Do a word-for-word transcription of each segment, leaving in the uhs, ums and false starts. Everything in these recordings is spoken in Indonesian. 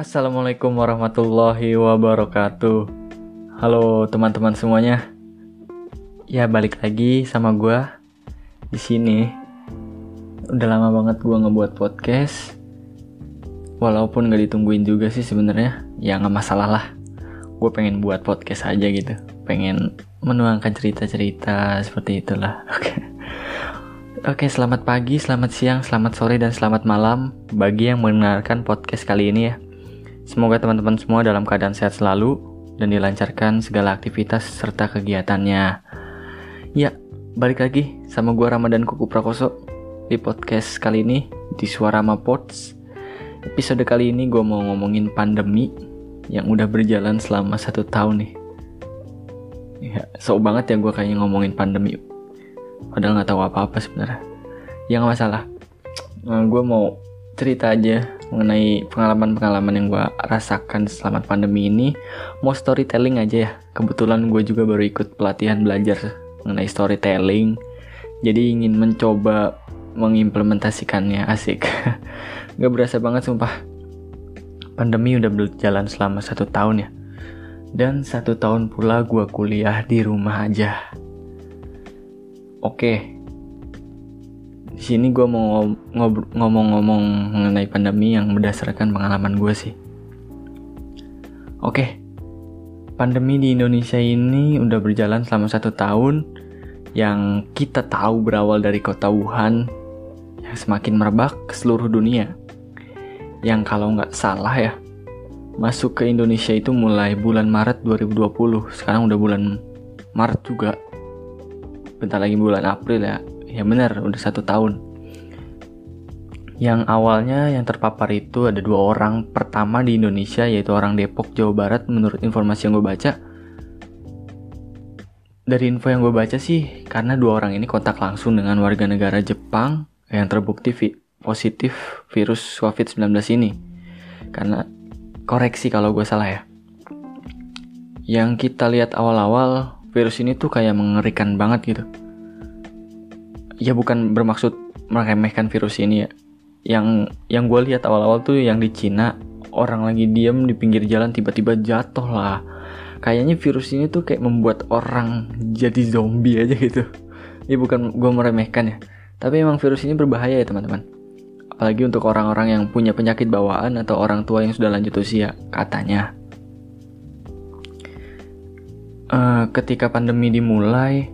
Assalamualaikum warahmatullahi wabarakatuh. Halo teman-teman semuanya. Ya balik lagi sama gue di sini. Udah lama banget gue ngebuat podcast. Walaupun gak ditungguin juga sih sebenarnya. Ya gak masalah lah. Gue pengen buat podcast aja gitu. Pengen menuangkan cerita-cerita seperti itulah. Oke. Oke, selamat pagi, selamat siang, selamat sore, dan selamat malam bagi yang mendengarkan podcast kali ini ya. Semoga teman-teman semua dalam keadaan sehat selalu dan dilancarkan segala aktivitas serta kegiatannya. Ya, balik lagi sama gue Ramadan Kuku Prakoso di podcast kali ini di Suarama Pods. Episode kali ini gue mau ngomongin pandemi yang udah berjalan selama satu tahun nih. Ya, so banget ya gue kayaknya ngomongin pandemi. Padahal gak tahu apa-apa sebenarnya. Ya gak masalah. Nah, gue mau cerita aja mengenai pengalaman-pengalaman yang gue rasakan selama pandemi ini. Mau storytelling aja ya. Kebetulan gue juga baru ikut pelatihan belajar mengenai storytelling. Jadi ingin mencoba mengimplementasikannya. Asik. Gak berasa banget sumpah. Pandemi udah berjalan selama satu tahun ya. Dan satu tahun pula gue kuliah di rumah aja. Oke, di sini gue mau ngob- ngomong-ngomong mengenai pandemi yang berdasarkan pengalaman gue sih. Oke, pandemi di Indonesia ini udah berjalan selama satu tahun, yang kita tahu berawal dari kota Wuhan, yang semakin merebak ke seluruh dunia. Yang kalau nggak salah ya, masuk ke Indonesia itu mulai bulan Maret dua ribu dua puluh. Sekarang udah bulan Maret juga. Bentar lagi bulan April ya. Ya benar, udah satu tahun. Yang awalnya yang terpapar itu ada dua orang. Pertama di Indonesia, yaitu orang Depok, Jawa Barat. Menurut informasi yang gue baca, dari info yang gue baca sih, karena dua orang ini kontak langsung dengan warga negara Jepang yang terbukti vi- positif virus covid sembilan belas ini. Karena, koreksi kalau gue salah ya, yang kita lihat awal-awal, virus ini tuh kayak mengerikan banget gitu. Ya bukan bermaksud meremehkan virus ini ya. Yang yang gue lihat awal-awal tuh yang di Cina, orang lagi diem di pinggir jalan tiba-tiba jatuh lah. Kayaknya virus ini tuh kayak membuat orang jadi zombie aja gitu. Ya bukan gue meremehkan ya. Tapi emang virus ini berbahaya ya teman-teman. Apalagi untuk orang-orang yang punya penyakit bawaan atau orang tua yang sudah lanjut usia, katanya. Uh, ketika pandemi dimulai,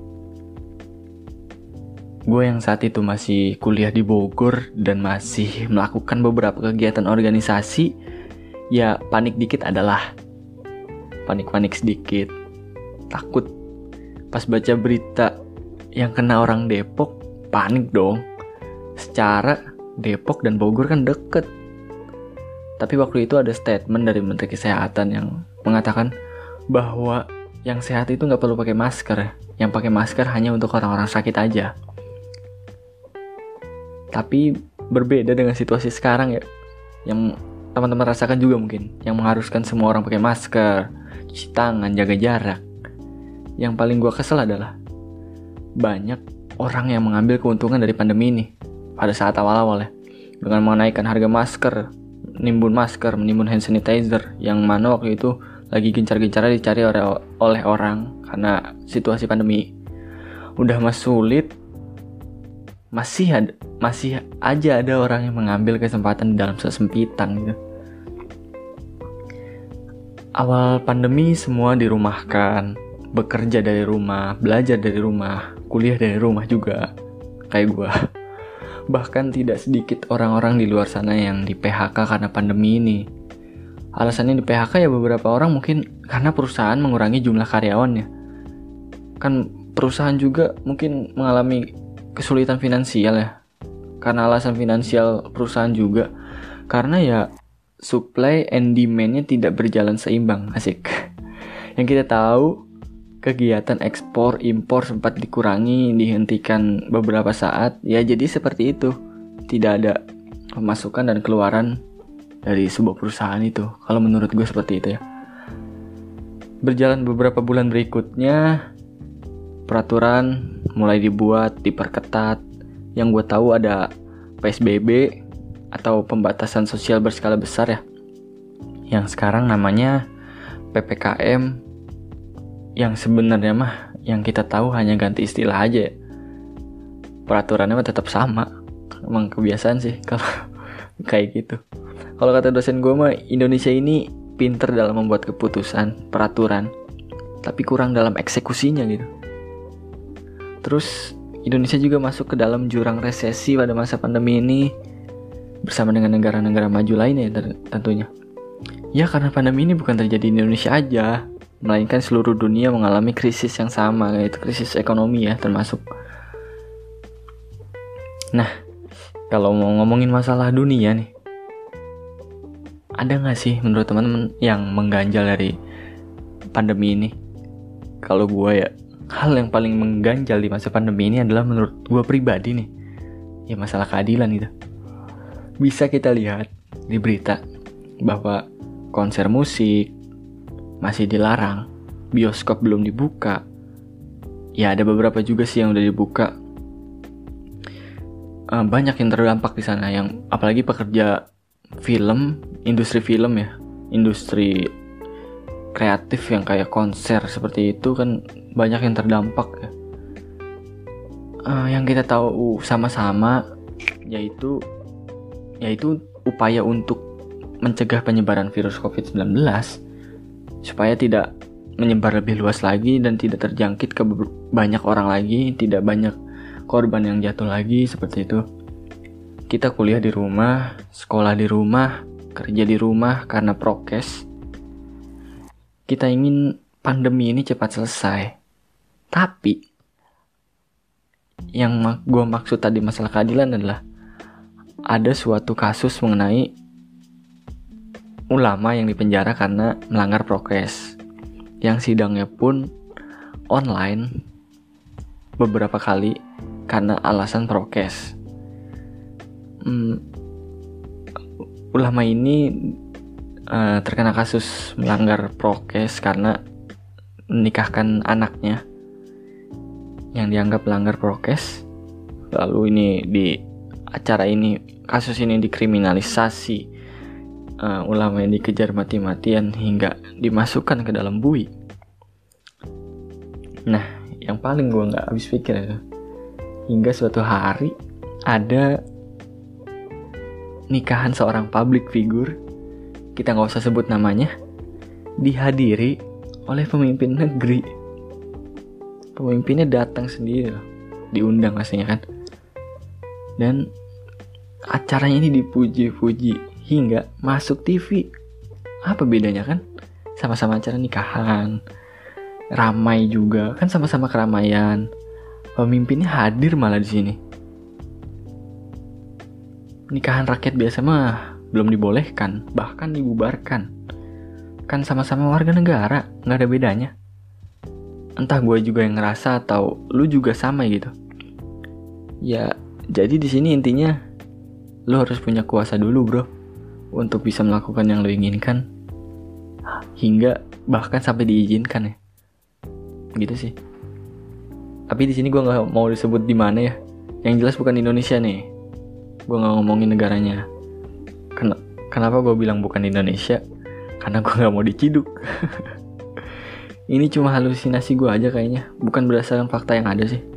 gue yang saat itu masih kuliah di Bogor dan masih melakukan beberapa kegiatan organisasi, ya panik dikit adalah panik-panik sedikit, takut. Pas baca berita yang kena orang Depok, panik dong. Secara Depok dan Bogor kan deket. Tapi waktu itu ada statement dari Menteri Kesehatan yang mengatakan bahwa yang sehat itu gak perlu pakai masker. Yang pakai masker hanya untuk orang-orang sakit aja. Tapi berbeda dengan situasi sekarang ya, yang teman-teman rasakan juga mungkin, yang mengharuskan semua orang pakai masker, cuci tangan, jaga jarak. Yang paling gue kesel adalah banyak orang yang mengambil keuntungan dari pandemi ini pada saat awal-awal ya, dengan menaikkan harga masker, menimbun masker, menimbun hand sanitizer, yang mana waktu itu lagi gencar-gencarnya dicari oleh, oleh orang karena situasi pandemi. Udah mas sulit, masih ada, masih aja ada orang yang mengambil kesempatan dalam kesempitan gitu. Awal pandemi semua dirumahkan, bekerja dari rumah, belajar dari rumah, kuliah dari rumah juga, kayak gue. Bahkan tidak sedikit orang-orang di luar sana yang di P H K karena pandemi ini. Alasannya di P H K ya beberapa orang mungkin karena perusahaan mengurangi jumlah karyawannya. Kan perusahaan juga mungkin mengalami kesulitan finansial ya. Karena alasan finansial perusahaan juga. Karena ya supply and demand-nya tidak berjalan seimbang. Asik. Yang kita tahu, kegiatan ekspor impor sempat dikurangi, dihentikan beberapa saat. Ya jadi seperti itu. Tidak ada pemasukan dan keluaran dari sebuah perusahaan itu. Kalau menurut gue seperti itu ya. Berjalan beberapa bulan berikutnya, peraturan mulai dibuat, diperketat. Yang gue tahu ada P S B B atau pembatasan sosial berskala besar ya, yang sekarang namanya P P K M, yang sebenarnya mah yang kita tahu hanya ganti istilah aja ya. Peraturannya mah tetap sama. Emang kebiasaan sih kalau kayak gitu. Kalau kata dosen gue mah, Indonesia ini pinter dalam membuat keputusan, peraturan, tapi kurang dalam eksekusinya gitu. Terus Indonesia juga masuk ke dalam jurang resesi pada masa pandemi ini bersama dengan negara-negara maju lainnya tentunya. Ya karena pandemi ini bukan terjadi di Indonesia aja, melainkan seluruh dunia mengalami krisis yang sama, yaitu krisis ekonomi ya termasuk. Nah, kalau mau ngomongin masalah dunia nih, ada gak sih menurut teman-teman yang mengganjal dari pandemi ini? Kalau gue ya, hal yang paling mengganjal di masa pandemi ini adalah menurut gue pribadi nih, ya masalah keadilan gitu. Bisa kita lihat di berita bahwa konser musik masih dilarang, bioskop belum dibuka. Ya ada beberapa juga sih yang udah dibuka. Uh, banyak yang terdampak di sana, yang apalagi pekerja film, industri film ya, industri kreatif yang kayak konser seperti itu kan banyak yang terdampak ya. Uh, yang kita tahu sama-sama yaitu yaitu upaya untuk mencegah penyebaran virus covid sembilan belas supaya tidak menyebar lebih luas lagi dan tidak terjangkit ke banyak orang lagi, tidak banyak korban yang jatuh lagi seperti itu. Kita kuliah di rumah, sekolah di rumah, kerja di rumah karena prokes. Kita ingin pandemi ini cepat selesai. Tapi yang gue maksud tadi masalah keadilan adalah ada suatu kasus mengenai ulama yang dipenjara karena melanggar prokes, yang sidangnya pun online beberapa kali karena alasan prokes. Hmm, ulama ini uh, terkena kasus melanggar prokes karena menikahkan anaknya yang dianggap melanggar prokes. Lalu ini di acara ini, kasus ini dikriminalisasi, uh, ulama yang dikejar mati-matian hingga dimasukkan ke dalam bui. Nah, yang paling gue nggak habis pikir ya, hingga suatu hari ada nikahan seorang public figure, kita nggak usah sebut namanya, dihadiri oleh pemimpin negeri. Pemimpinnya datang sendiri loh, diundang pastinya kan. Dan acaranya ini dipuji-puji hingga masuk T V. Apa bedanya kan? Sama-sama acara nikahan, ramai juga kan, sama-sama keramaian. Pemimpinnya hadir malah di sini. Nikahan rakyat biasa mah belum dibolehkan, bahkan dibubarkan. Kan sama-sama warga negara, nggak ada bedanya. Entah gue juga yang ngerasa atau lu juga sama gitu. Ya, jadi di sini intinya lu harus punya kuasa dulu bro, untuk bisa melakukan yang lu inginkan, hingga bahkan sampai diizinkan ya. Gitu sih. Tapi di sini gue nggak mau disebut di mana ya. Yang jelas bukan Indonesia nih. Gue nggak ngomongin negaranya. Ken- kenapa gue bilang bukan Indonesia? Karena gue nggak mau diciduk. Ini cuma halusinasi gue aja kayaknya, bukan berdasarkan fakta yang ada sih.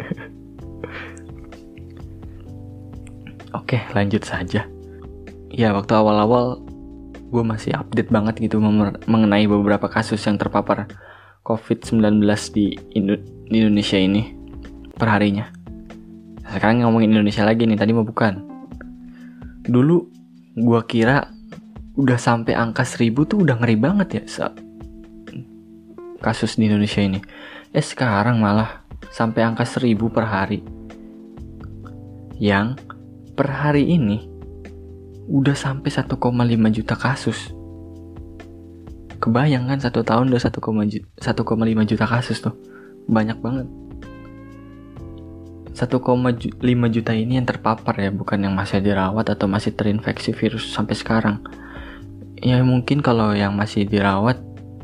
Oke, lanjut saja. Ya, waktu awal-awal gue masih update banget gitu memer- mengenai beberapa kasus yang terpapar covid sembilan belas di, Indo- di Indonesia ini perharinya. Sekarang ngomongin Indonesia lagi nih, tadi mah bukan. Dulu gue kira udah sampai angka seribu tuh udah ngeri banget ya so, kasus di Indonesia ini. Eh sekarang malah sampai angka seribu per hari. Yang per hari ini udah sampai satu koma lima juta kasus. Kebayang kan satu tahun udah satu koma lima juta kasus tuh. Banyak banget. satu koma lima juta ini yang terpapar ya, bukan yang masih dirawat atau masih terinfeksi virus sampai sekarang. Ya mungkin kalau yang masih dirawat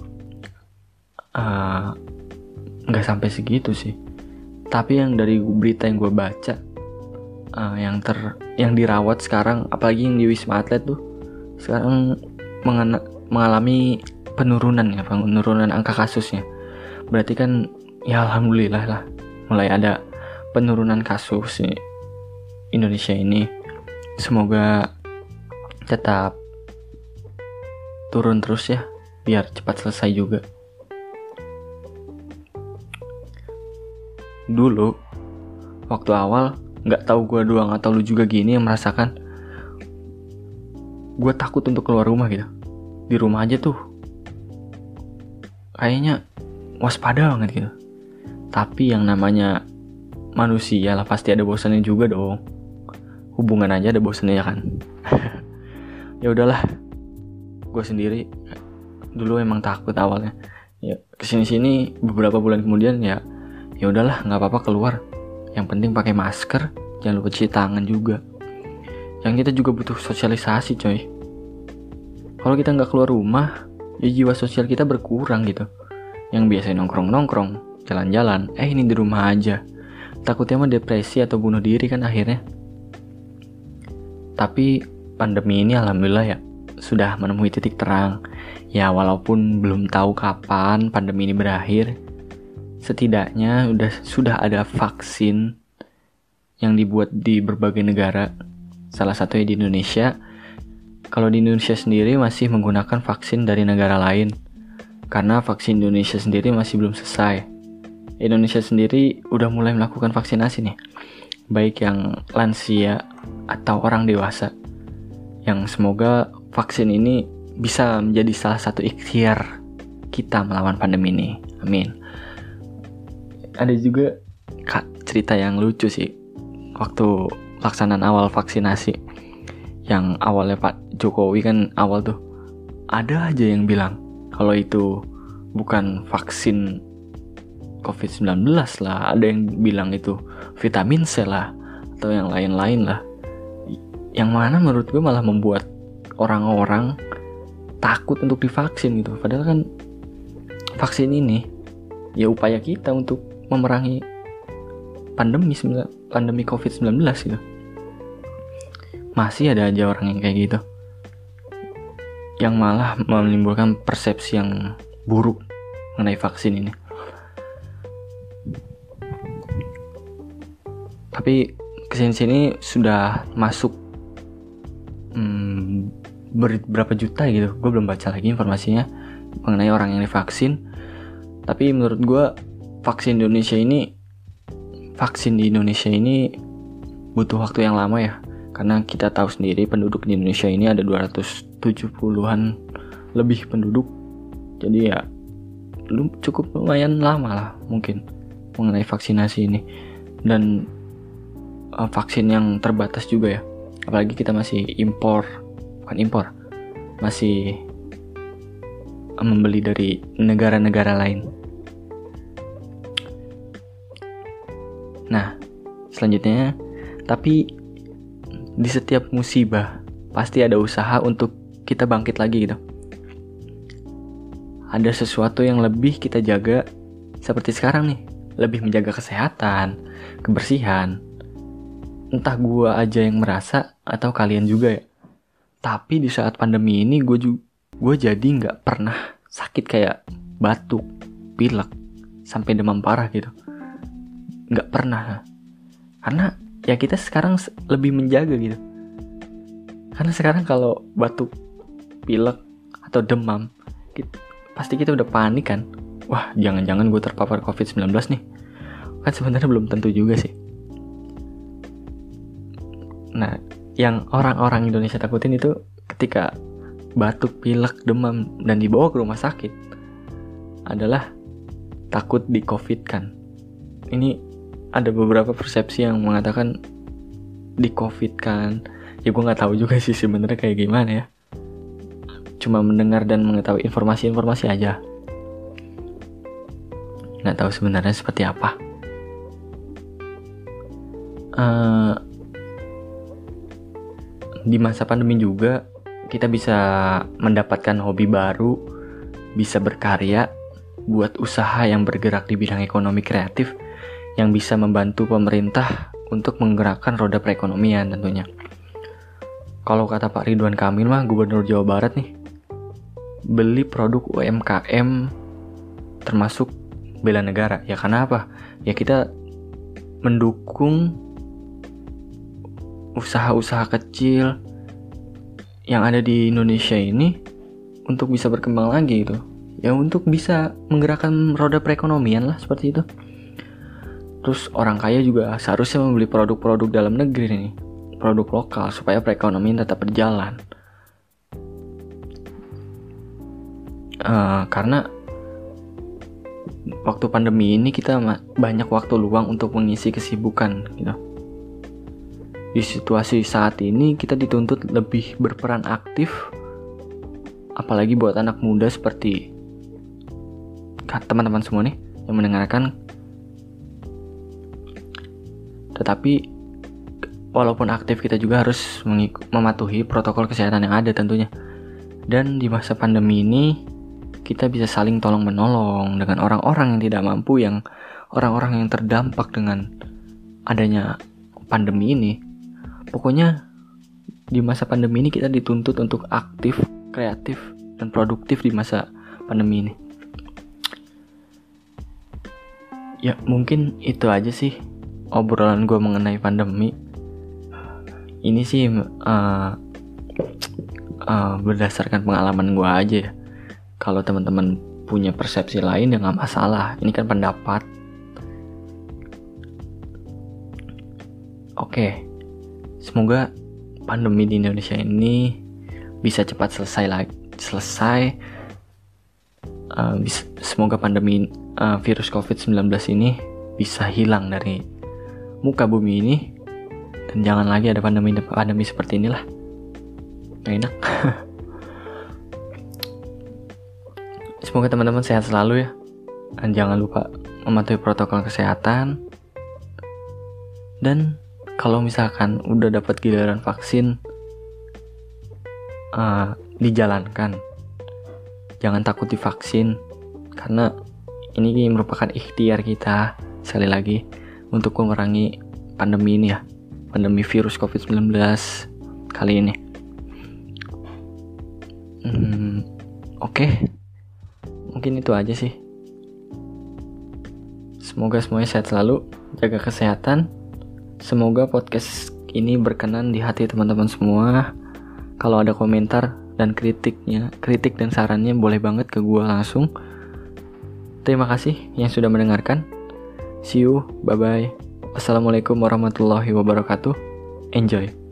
uh, gak sampai segitu sih. Tapi yang dari berita yang gue baca, uh, yang ter yang dirawat sekarang, apalagi yang di Wisma Atlet tuh sekarang mengena, mengalami penurunan ya, penurunan angka kasusnya. Berarti kan ya alhamdulillah lah mulai ada penurunan kasus nih Indonesia ini. Semoga tetap turun terus ya, biar cepat selesai juga. Dulu waktu awal nggak tahu gue doang atau lu juga gini yang merasakan, gue takut untuk keluar rumah gitu. Di rumah aja tuh kayaknya waspada banget gitu. Tapi yang namanya manusia lah pasti ada bosannya juga dong. Hubungan aja ada bosannya kan. Ya udahlah, gue sendiri dulu emang takut awalnya. Ya kesini-sini beberapa bulan kemudian ya ya udahlah, nggak apa-apa keluar. Yang penting pakai masker, jangan lupa cuci tangan juga. Yang kita juga butuh sosialisasi coy. Kalau kita nggak keluar rumah, ya jiwa sosial kita berkurang gitu. Yang biasa nongkrong-nongkrong, jalan-jalan, eh ini di rumah aja. Takutnya mah depresi atau bunuh diri kan akhirnya. Tapi pandemi ini alhamdulillah ya sudah menemui titik terang. Ya walaupun belum tahu kapan pandemi ini berakhir, setidaknya udah sudah ada vaksin yang dibuat di berbagai negara. Salah satunya di Indonesia. Kalau di Indonesia sendiri masih menggunakan vaksin dari negara lain, karena vaksin Indonesia sendiri masih belum selesai. Indonesia sendiri udah mulai melakukan vaksinasi nih, baik yang lansia atau orang dewasa. Yang semoga vaksin ini bisa menjadi salah satu ikhtiar kita melawan pandemi ini. Amin. Ada juga kak cerita yang lucu sih waktu pelaksanaan awal vaksinasi. Yang awalnya Pak Jokowi kan awal tuh ada aja yang bilang kalau itu bukan vaksin covid sembilan belas lah, ada yang bilang itu vitamin C lah atau yang lain-lain lah. Yang mana menurut gue malah membuat orang-orang takut untuk divaksin gitu. Padahal kan vaksin ini ya upaya kita untuk memerangi pandemi pandemi covid sembilan belas gitu. Masih ada aja orang yang kayak gitu, yang malah menimbulkan persepsi yang buruk mengenai vaksin ini. Tapi kesini-sini sudah masuk hmm, berapa juta gitu. Gue belum baca lagi informasinya mengenai orang yang divaksin. Tapi menurut gue vaksin Indonesia ini vaksin di Indonesia ini butuh waktu yang lama ya. Karena kita tahu sendiri penduduk di Indonesia ini ada dua ratus tujuh puluhan lebih penduduk. Jadi ya cukup lumayan lama lah mungkin mengenai vaksinasi ini. Dan uh, vaksin yang terbatas juga ya. Apalagi kita masih impor, bukan impor, masih uh, membeli dari negara-negara lain. Nah, selanjutnya, tapi di setiap musibah pasti ada usaha untuk kita bangkit lagi gitu. Ada sesuatu yang lebih kita jaga seperti sekarang nih, lebih menjaga kesehatan, kebersihan. Entah gua aja yang merasa atau kalian juga ya. Tapi di saat pandemi ini gue juga gue jadi nggak pernah sakit kayak batuk, pilek, sampai demam parah gitu. Nggak pernah. Karena ya kita sekarang lebih menjaga gitu. Karena sekarang kalau batuk, pilek, atau demam, kita, pasti kita udah panik kan. Wah, jangan-jangan gue terpapar covid sembilan belas nih. Kan sebenarnya belum tentu juga sih. Nah, yang orang-orang Indonesia takutin itu ketika batuk, pilek, demam, dan dibawa ke rumah sakit adalah takut di covid kan. Ini ada beberapa persepsi yang mengatakan di covid kan. Ya gue gak tahu juga sih sebenarnya kayak gimana ya. Cuma mendengar dan mengetahui informasi-informasi aja. Gak tahu sebenarnya seperti apa. Uh, di masa pandemi juga kita bisa mendapatkan hobi baru, bisa berkarya, buat usaha yang bergerak di bidang ekonomi kreatif, yang bisa membantu pemerintah untuk menggerakkan roda perekonomian tentunya. Kalau kata Pak Ridwan Kamil mah, Gubernur Jawa Barat nih, beli produk U M K M termasuk bela negara. Ya karena apa? Ya kita mendukung usaha-usaha kecil yang ada di Indonesia ini untuk bisa berkembang lagi gitu. Ya untuk bisa menggerakkan roda perekonomian lah, seperti itu. Terus orang kaya juga seharusnya membeli produk-produk dalam negeri nih, produk lokal, supaya perekonomian tetap berjalan. Uh, karena waktu pandemi ini kita banyak waktu luang untuk mengisi kesibukan gitu. Di situasi saat ini kita dituntut lebih berperan aktif, apalagi buat anak muda seperti teman-teman semua nih yang mendengarkan. Tetapi walaupun aktif, kita juga harus mengik- mematuhi protokol kesehatan yang ada tentunya. Dan di masa pandemi ini kita bisa saling tolong menolong dengan orang-orang yang tidak mampu, yang orang-orang yang terdampak dengan adanya pandemi ini. Pokoknya di masa pandemi ini kita dituntut untuk aktif, kreatif, dan produktif di masa pandemi ini. Ya mungkin itu aja sih obrolan gue mengenai pandemi. Ini sih uh, uh, berdasarkan pengalaman gue aja ya. Kalau teman-teman punya persepsi lain ya gak masalah. Ini kan pendapat. Oke, semoga pandemi di Indonesia ini bisa cepat selesai lagi. Selesai. Uh, bis- semoga pandemi uh, virus covid sembilan belas ini bisa hilang dari muka bumi ini. Dan jangan lagi ada pandemi-pandemi seperti inilah. Gak enak. Semoga teman-teman sehat selalu ya. Dan jangan lupa mematuhi protokol kesehatan. Dan kalau misalkan udah dapat giliran vaksin, uh, dijalankan. Jangan takut divaksin, karena ini merupakan ikhtiar kita sekali lagi untuk mengurangi pandemi ini ya. Pandemi virus covid sembilan belas kali ini. Hmm, Oke. Okay. Mungkin itu aja sih. Semoga semuanya sehat selalu, jaga kesehatan. Semoga podcast ini berkenan di hati teman-teman semua. Kalau ada komentar dan kritiknya, kritik dan sarannya boleh banget ke gue langsung. Terima kasih yang sudah mendengarkan. See you, bye-bye. Assalamualaikum warahmatullahi wabarakatuh. Enjoy.